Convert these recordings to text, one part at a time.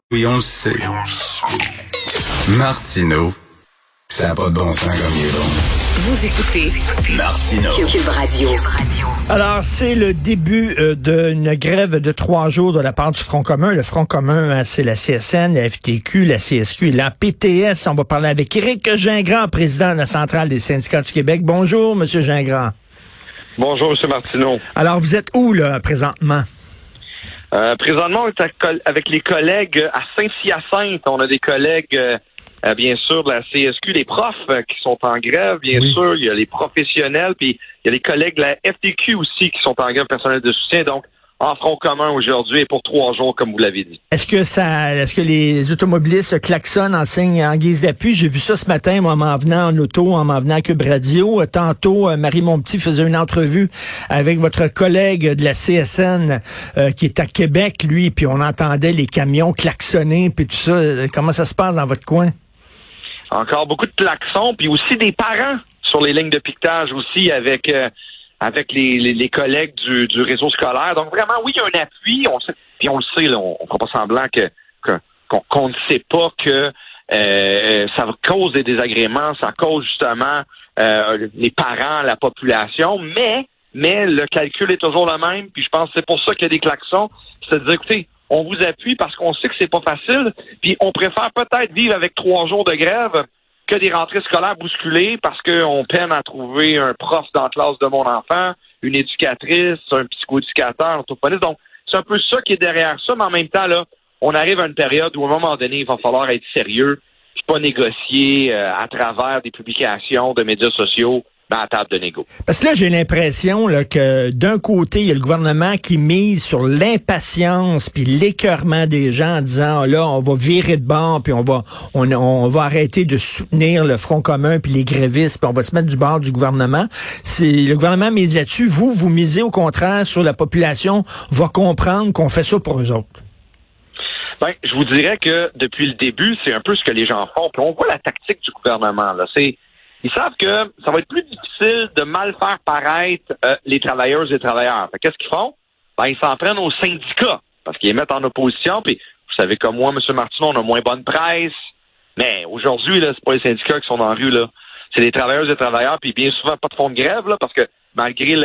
Oui, on le sait. Martineau, ça n'a pas de bon sens comme il est bon. Vous écoutez Martineau. Cube Radio. Alors, c'est le début d'une grève de 3 jours de la part du Front commun. Le Front commun, c'est la CSN, la FTQ, la CSQ et la PTS. On va parler avec Éric Gingras, président de la Centrale des syndicats du Québec. Bonjour, Monsieur Gingras. Bonjour, M. Martineau. Alors, vous êtes où, là, présentement? Présentement, on est avec les collègues à Saint-Hyacinthe. On a des collègues, bien sûr, de la CSQ, les profs qui sont en grève, bien sûr. Il y a les professionnels, puis il y a les collègues de la FTQ aussi qui sont en grève personnelle de soutien. Donc, en front commun aujourd'hui et pour 3 jours, comme vous l'avez dit. Est-ce que les automobilistes klaxonnent en signe en guise d'appui? J'ai vu ça ce matin, moi, en m'en venant en auto, en m'en venant à Cube Radio. Tantôt, Marie Montpetit faisait une entrevue avec votre collègue de la CSN qui est à Québec, lui, puis on entendait les camions klaxonner, puis tout ça. Comment ça se passe dans votre coin? Encore beaucoup de klaxons, puis aussi des parents sur les lignes de piquetage aussi avec les collègues du réseau scolaire. Donc vraiment, oui, il y a un appui, puis on le sait, là, on ne fera pas semblant qu'on ne sait pas que ça cause des désagréments, ça cause justement les parents, la population, mais le calcul est toujours le même, puis je pense que c'est pour ça qu'il y a des klaxons. C'est-à-dire, écoutez, on vous appuie parce qu'on sait que c'est pas facile, puis on préfère peut-être vivre avec 3 jours de grève que des rentrées scolaires bousculées parce qu'on peine à trouver un prof dans la classe de mon enfant, une éducatrice, un psychoéducateur, un orthophoniste. Donc, c'est un peu ça qui est derrière ça, mais en même temps, là, on arrive à une période où, à un moment donné, il va falloir être sérieux, puis pas négocier à travers des publications de médias sociaux dans la table de négo. Parce que là, j'ai l'impression là, que d'un côté, il y a le gouvernement qui mise sur l'impatience puis l'écœurement des gens en disant là, on va virer de bord puis on va arrêter de soutenir le Front commun puis les grévistes puis on va se mettre du bord du gouvernement. C'est le gouvernement mise là-dessus. Vous misez au contraire sur la population va comprendre qu'on fait ça pour eux autres. Ben, je vous dirais que depuis le début, c'est un peu ce que les gens font. Puis on voit la tactique du gouvernement. Là, ils savent que ça va être plus difficile de mal faire paraître les travailleuses et les travailleurs. Fait qu'est-ce qu'ils font? Ben, ils s'en prennent aux syndicats parce qu'ils les mettent en opposition. Puis, vous savez comme moi, M. Martineau, on a moins bonne presse. Mais aujourd'hui, là, c'est pas les syndicats qui sont dans la rue, là. C'est les travailleuses et les travailleurs. Puis bien souvent, pas de fonds de grève, là, parce que malgré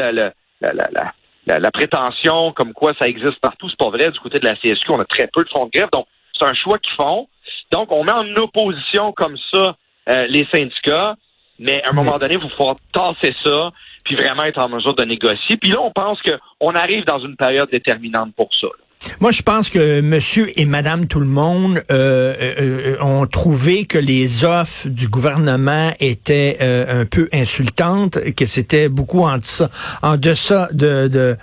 la prétention comme quoi ça existe partout, c'est pas vrai. Du côté de la CSQ, on a très peu de fonds de grève. Donc, c'est un choix qu'ils font. Donc, on met en opposition comme ça les syndicats. Mais à un moment donné, il faut pouvoir tasser ça, puis vraiment être en mesure de négocier. Puis là, on pense qu'on arrive dans une période déterminante pour ça. Moi, je pense que monsieur et madame tout le monde ont trouvé que les offres du gouvernement étaient un peu insultantes, que c'était beaucoup en deçà de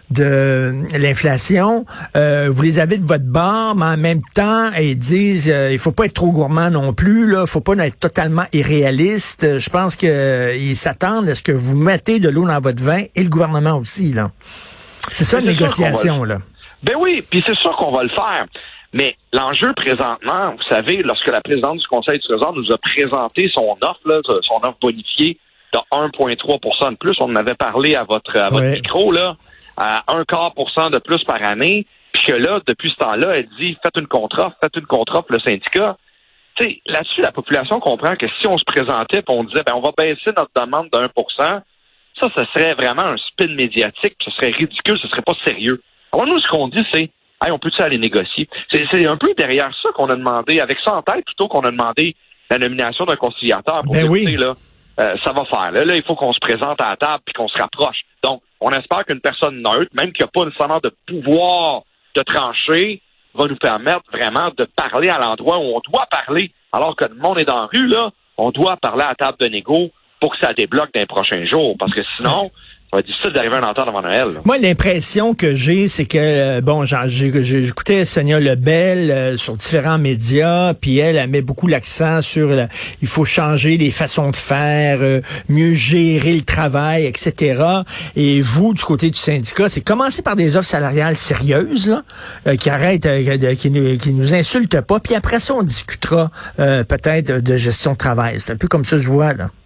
l'inflation. Vous les avez de votre bord, mais en même temps, ils disent il faut pas être trop gourmand non plus, là, faut pas être totalement irréaliste. Je pense qu'ils s'attendent à ce que vous mettez de l'eau dans votre vin et le gouvernement aussi, là. C'est ça la négociation, là. Ben oui, puis c'est sûr qu'on va le faire. Mais l'enjeu présentement, vous savez, lorsque la présidente du Conseil du Trésor nous a présenté son offre, là, son offre bonifiée de 1,3 de plus, on en avait parlé à votre micro, là, à 0,25 de plus par année, puis que là, depuis ce temps-là, elle dit faites une contre-offre, le syndicat. Tu sais, là-dessus, la population comprend que si on se présentait et on disait on va baisser notre demande de 1 ça serait vraiment un spin médiatique, ce serait ridicule, ce serait pas sérieux. Alors nous, ce qu'on dit, c'est on peut-tu aller négocier? C'est un peu derrière ça qu'on a demandé, avec ça en tête, plutôt qu'on a demandé la nomination d'un conciliateur pour dire, là, ça va faire. Là, il faut qu'on se présente à la table puis qu'on se rapproche. Donc, on espère qu'une personne neutre, même qui n'a pas nécessairement de pouvoir de trancher, va nous permettre vraiment de parler à l'endroit où on doit parler. Alors que le monde est dans la rue, là, on doit parler à la table de négo pour que ça débloque dans les prochains jours. Parce que sinon, ça va être difficile d'arriver à un entente avant Noël. Là. Moi, l'impression que j'ai, c'est que, j'écoutais Sonia Lebel sur différents médias, puis elle met beaucoup l'accent sur il faut changer les façons de faire, mieux gérer le travail, etc. Et vous, du côté du syndicat, c'est commencer par des offres salariales sérieuses, là, qui arrêtent, qui nous insultent pas, puis après ça, on discutera peut-être de gestion de travail. C'est un peu comme ça que je vois, là.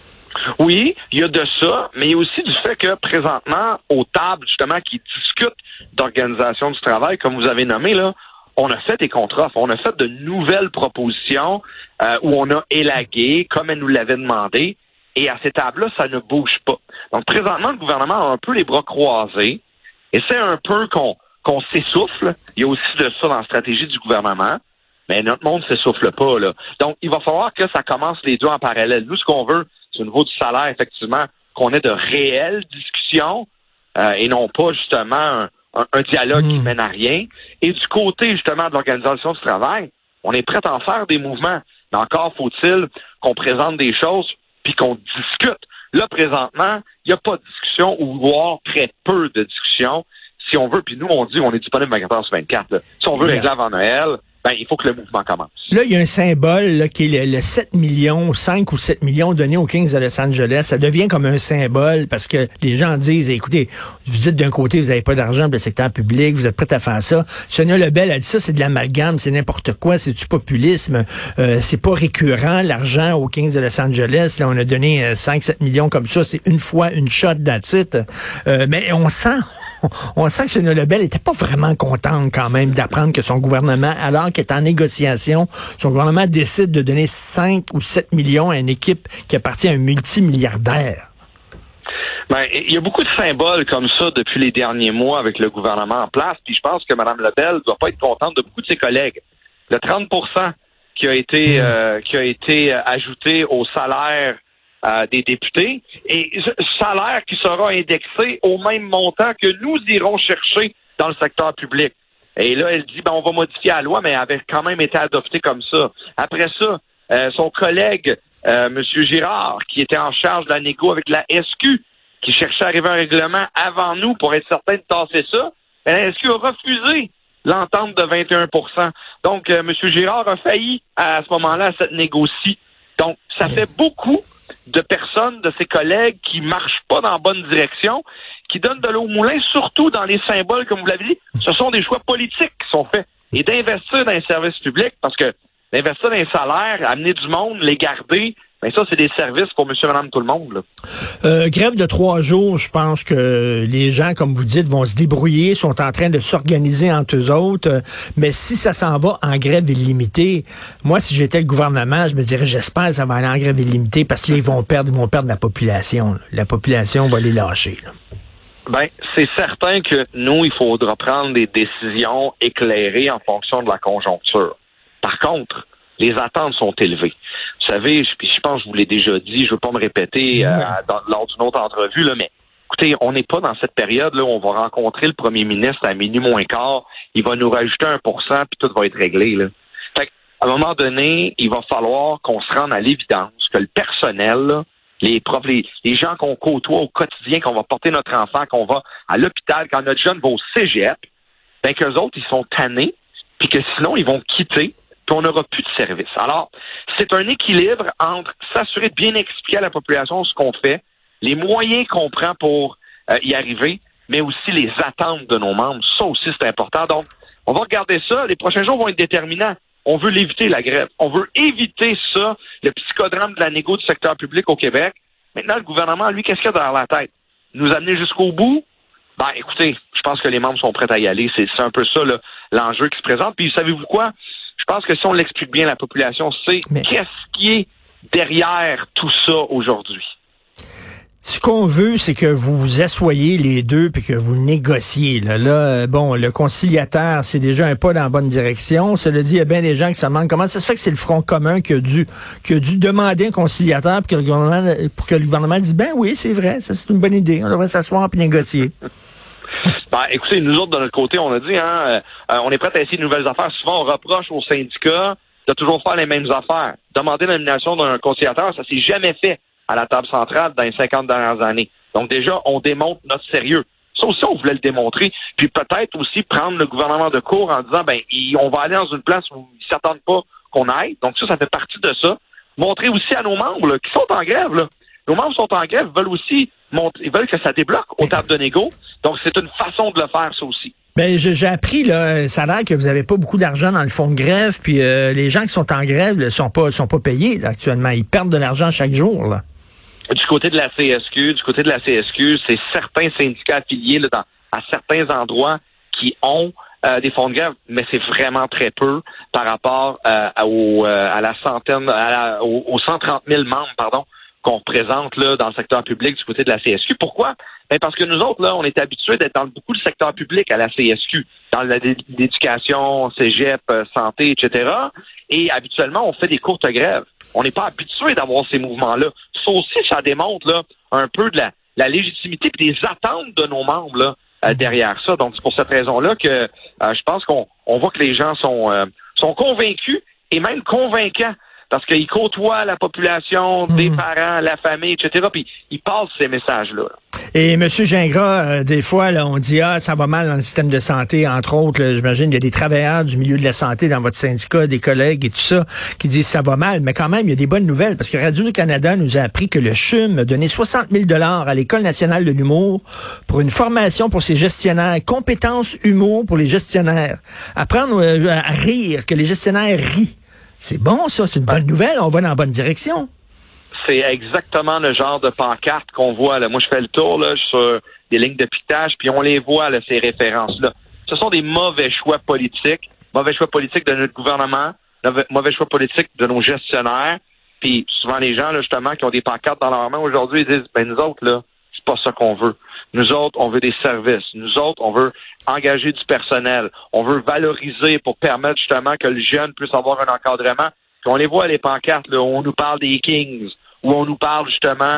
Oui, il y a de ça, mais il y a aussi du fait que présentement, aux tables, justement, qui discutent d'organisation du travail, comme vous avez nommé, là, on a fait des contre-offres, on a fait de nouvelles propositions où on a élagué, comme elle nous l'avait demandé, et à ces tables-là, ça ne bouge pas. Donc, présentement, le gouvernement a un peu les bras croisés, et c'est un peu qu'on s'essouffle. Il y a aussi de ça dans la stratégie du gouvernement, mais notre monde ne s'essouffle pas, là. Donc, il va falloir que ça commence les deux en parallèle. Nous, ce qu'on veut, c'est au niveau du salaire, effectivement, qu'on ait de réelles discussions, et non pas, justement, un dialogue qui mène à rien. Et du côté, justement, de l'Organisation du travail, on est prêt à en faire des mouvements. Mais encore faut-il qu'on présente des choses puis qu'on discute. Là, présentement, il n'y a pas de discussion ou voire très peu de discussion. Si on veut, puis nous, on dit on est disponible 24h/24. Là. Si on veut régler avant Noël, il faut que le mouvement commence. Là, il y a un symbole là, qui est le 7 millions, 5 ou 7 millions donnés aux Kings de Los Angeles. Ça devient comme un symbole parce que les gens disent, écoutez, vous dites d'un côté, vous n'avez pas d'argent pour le secteur public, vous êtes prêts à faire ça. Sonia Lebel a dit ça, c'est de l'amalgame, c'est n'importe quoi, c'est du populisme. C'est pas récurrent, l'argent aux Kings de Los Angeles. Là, on a donné 5-7 millions comme ça, c'est une fois une shot d'attitude. Mais on sent que Sonia Lebel était pas vraiment contente quand même d'apprendre que son gouvernement, alors qu'elle est en négociation, son gouvernement décide de donner 5 ou 7 millions à une équipe qui appartient à un multimilliardaire. Il y a beaucoup de symboles comme ça depuis les derniers mois avec le gouvernement en place, puis je pense que Mme Lebel ne doit pas être contente de beaucoup de ses collègues. Le 30% qui a été ajouté au salaire des députés, et salaire qui sera indexé au même montant que nous irons chercher dans le secteur public. Et là, elle dit, on va modifier la loi, mais elle avait quand même été adoptée comme ça. Après ça, son collègue, M. Girard, qui était en charge de la négo avec la SQ, qui cherchait à arriver à un règlement avant nous pour être certain de tasser ça, la SQ a refusé l'entente de 21%. Donc, M. Girard a failli, à ce moment-là, à cette négo-ci. Donc, ça fait beaucoup de personnes, de ses collègues qui marchent pas dans la bonne direction, qui donnent de l'eau au moulin, surtout dans les symboles, comme vous l'avez dit. Ce sont des choix politiques qui sont faits. Et d'investir dans les services publics, parce que d'investir dans les salaires, amener du monde, les garder, ça, c'est des services pour monsieur, madame, tout le monde. Là. Grève de 3 jours, je pense que les gens, comme vous dites, vont se débrouiller, sont en train de s'organiser entre eux autres. Mais si ça s'en va en grève illimitée, moi, si j'étais le gouvernement, je me dirais, j'espère que ça va aller en grève illimitée parce qu'ils vont perdre la population. Là. La population va les lâcher. Là. C'est certain que nous, il faudra prendre des décisions éclairées en fonction de la conjoncture. Par contre, les attentes sont élevées. Vous savez, je pense que je vous l'ai déjà dit, je ne veux pas me répéter lors d'une autre entrevue, là, mais écoutez, on n'est pas dans cette période là où on va rencontrer le premier ministre à minuit moins quart, il va nous rajouter 1%, puis tout va être réglé. Là. Fait qu'à un moment donné, il va falloir qu'on se rende à l'évidence que le personnel, là, les profs, les gens qu'on côtoie au quotidien, qu'on va porter notre enfant, qu'on va à l'hôpital, quand notre jeune va au cégep, qu'eux autres, ils sont tannés, puis que sinon, ils vont quitter, puis on n'aura plus de service. Alors, c'est un équilibre entre s'assurer de bien expliquer à la population ce qu'on fait, les moyens qu'on prend pour y arriver, mais aussi les attentes de nos membres. Ça aussi, c'est important. Donc, on va regarder ça. Les prochains jours vont être déterminants. On veut l'éviter, la grève. On veut éviter ça, le psychodrame de la négo du secteur public au Québec. Maintenant, le gouvernement, lui, qu'est-ce qu'il a dans la tête? Nous amener jusqu'au bout? Écoutez, je pense que les membres sont prêts à y aller. C'est un peu ça, là, l'enjeu qui se présente. Puis, savez-vous quoi? Je pense que si on l'explique bien à la population, c'est qu'est-ce qui est derrière tout ça aujourd'hui. Ce qu'on veut, c'est que vous vous assoyez les deux puis que vous négociez. Là, le conciliateur, c'est déjà un pas dans la bonne direction. Cela dit, il y a bien des gens qui se demandent comment ça se fait que c'est le Front commun qui a dû demander un conciliateur pour que le gouvernement dise, oui, c'est vrai, ça c'est une bonne idée. On devrait s'asseoir puis négocier. Écoutez, nous autres, de notre côté, on a dit, on est prêts à essayer de nouvelles affaires. Souvent, on reproche aux syndicats de toujours faire les mêmes affaires. Demander la nomination d'un conciliateur, ça s'est jamais fait à la table centrale dans les 50 dernières années. Donc déjà, on démontre notre sérieux. Ça aussi, on voulait le démontrer. Puis peut-être aussi prendre le gouvernement de court en disant, on va aller dans une place où ils s'attendent pas qu'on aille. Donc ça fait partie de ça. Montrer aussi à nos membres là, qui sont en grève. Là. Nos membres sont en grève, veulent aussi ils veulent que ça débloque aux tables de négo. Donc c'est une façon de le faire, ça aussi. J'ai appris, là, ça a l'air que vous avez pas beaucoup d'argent dans le fonds de grève, puis les gens qui sont en grève ne sont pas payés là, actuellement. Ils perdent de l'argent chaque jour. Là. Du côté de la CSQ, c'est certains syndicats affiliés là, à certains endroits qui ont des fonds de grève, mais c'est vraiment très peu par rapport aux 130 000 membres, qu'on représente là dans le secteur public du côté de la CSQ. Pourquoi? Ben parce que nous autres, là, on est habitués d'être dans beaucoup de secteur public à la CSQ, dans l'éducation, cégep, santé, etc. Et habituellement, on fait des courtes grèves. On n'est pas habitué d'avoir ces mouvements-là. Ça aussi, ça démontre là un peu de la légitimité et des attentes de nos membres là, derrière ça. Donc, c'est pour cette raison-là que je pense qu'on voit que les gens sont convaincus et même convaincants parce qu'ils côtoient la population, des parents, la famille, etc. Puis ils passent ces messages-là. Et M. Gingras, des fois, là, on dit ça va mal dans le système de santé, entre autres. Là, j'imagine il y a des travailleurs du milieu de la santé dans votre syndicat, des collègues et tout ça, qui disent ça va mal. Mais quand même, il y a des bonnes nouvelles parce que Radio-Canada nous a appris que le CHUM a donné 60 000 $ à l'École nationale de l'humour pour une formation pour ses gestionnaires, compétences humour pour les gestionnaires. Apprendre à rire, que les gestionnaires rient. C'est bon, ça, c'est une bonne nouvelle. On va dans la bonne direction. C'est exactement le genre de pancarte qu'on voit. Là. Moi, je fais le tour là, sur des lignes de piquetage, puis on les voit, là, ces références-là. Ce sont des mauvais choix politiques de notre gouvernement, mauvais choix politiques de nos gestionnaires. Puis souvent, les gens, là, justement, qui ont des pancartes dans leurs mains aujourd'hui, ils disent, nous autres, là, c'est pas ça qu'on veut. Nous autres, on veut des services. Nous autres, on veut engager du personnel. On veut valoriser pour permettre justement que le jeune puisse avoir un encadrement. Puis on les voit, les pancartes, là, où on nous parle des Kings, où on nous parle justement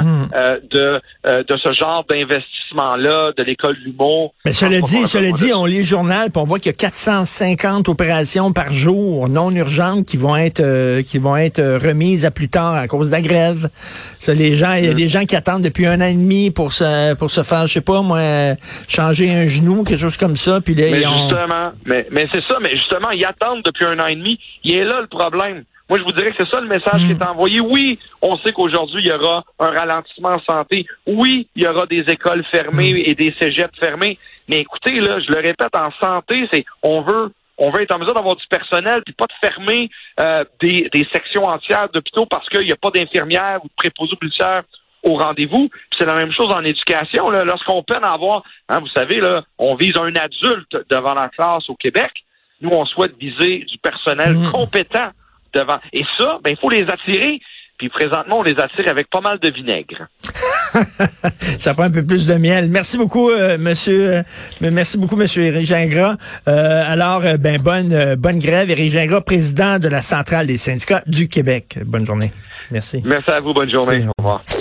de ce genre d'investissement-là, de l'école de l'humour. Mais cela dit, on lit le journal puis on voit qu'il y a 450 opérations par jour non urgentes qui vont être remises à plus tard à cause de la grève. Ça, il y a des gens qui attendent depuis 1 an et demi pour se faire, je sais pas moi, changer un genou, quelque chose comme ça. Puis là, mais c'est ça, mais justement, ils attendent depuis 1 an et demi. Il est là le problème. Moi, je vous dirais que c'est ça le message qui est envoyé. Oui, on sait qu'aujourd'hui, il y aura un ralentissement en santé. Oui, il y aura des écoles fermées et des cégeps fermés. Mais écoutez, là, je le répète, en santé, on veut être en mesure d'avoir du personnel puis pas de fermer des sections entières d'hôpitaux parce qu'il n'y a pas d'infirmières ou de préposés policières au rendez-vous. Puis c'est la même chose en éducation. Là, lorsqu'on peine à avoir, vous savez, là, on vise un adulte devant la classe au Québec. Nous, on souhaite viser du personnel compétent devant. Et ça, il faut les attirer. Puis présentement, on les attire avec pas mal de vinaigre. Ça prend un peu plus de miel. Merci beaucoup, monsieur Éric Gingras. Bonne grève. Éric Gingras, président de la Centrale des syndicats du Québec. Bonne journée. Merci. Merci à vous. Bonne journée. Au revoir.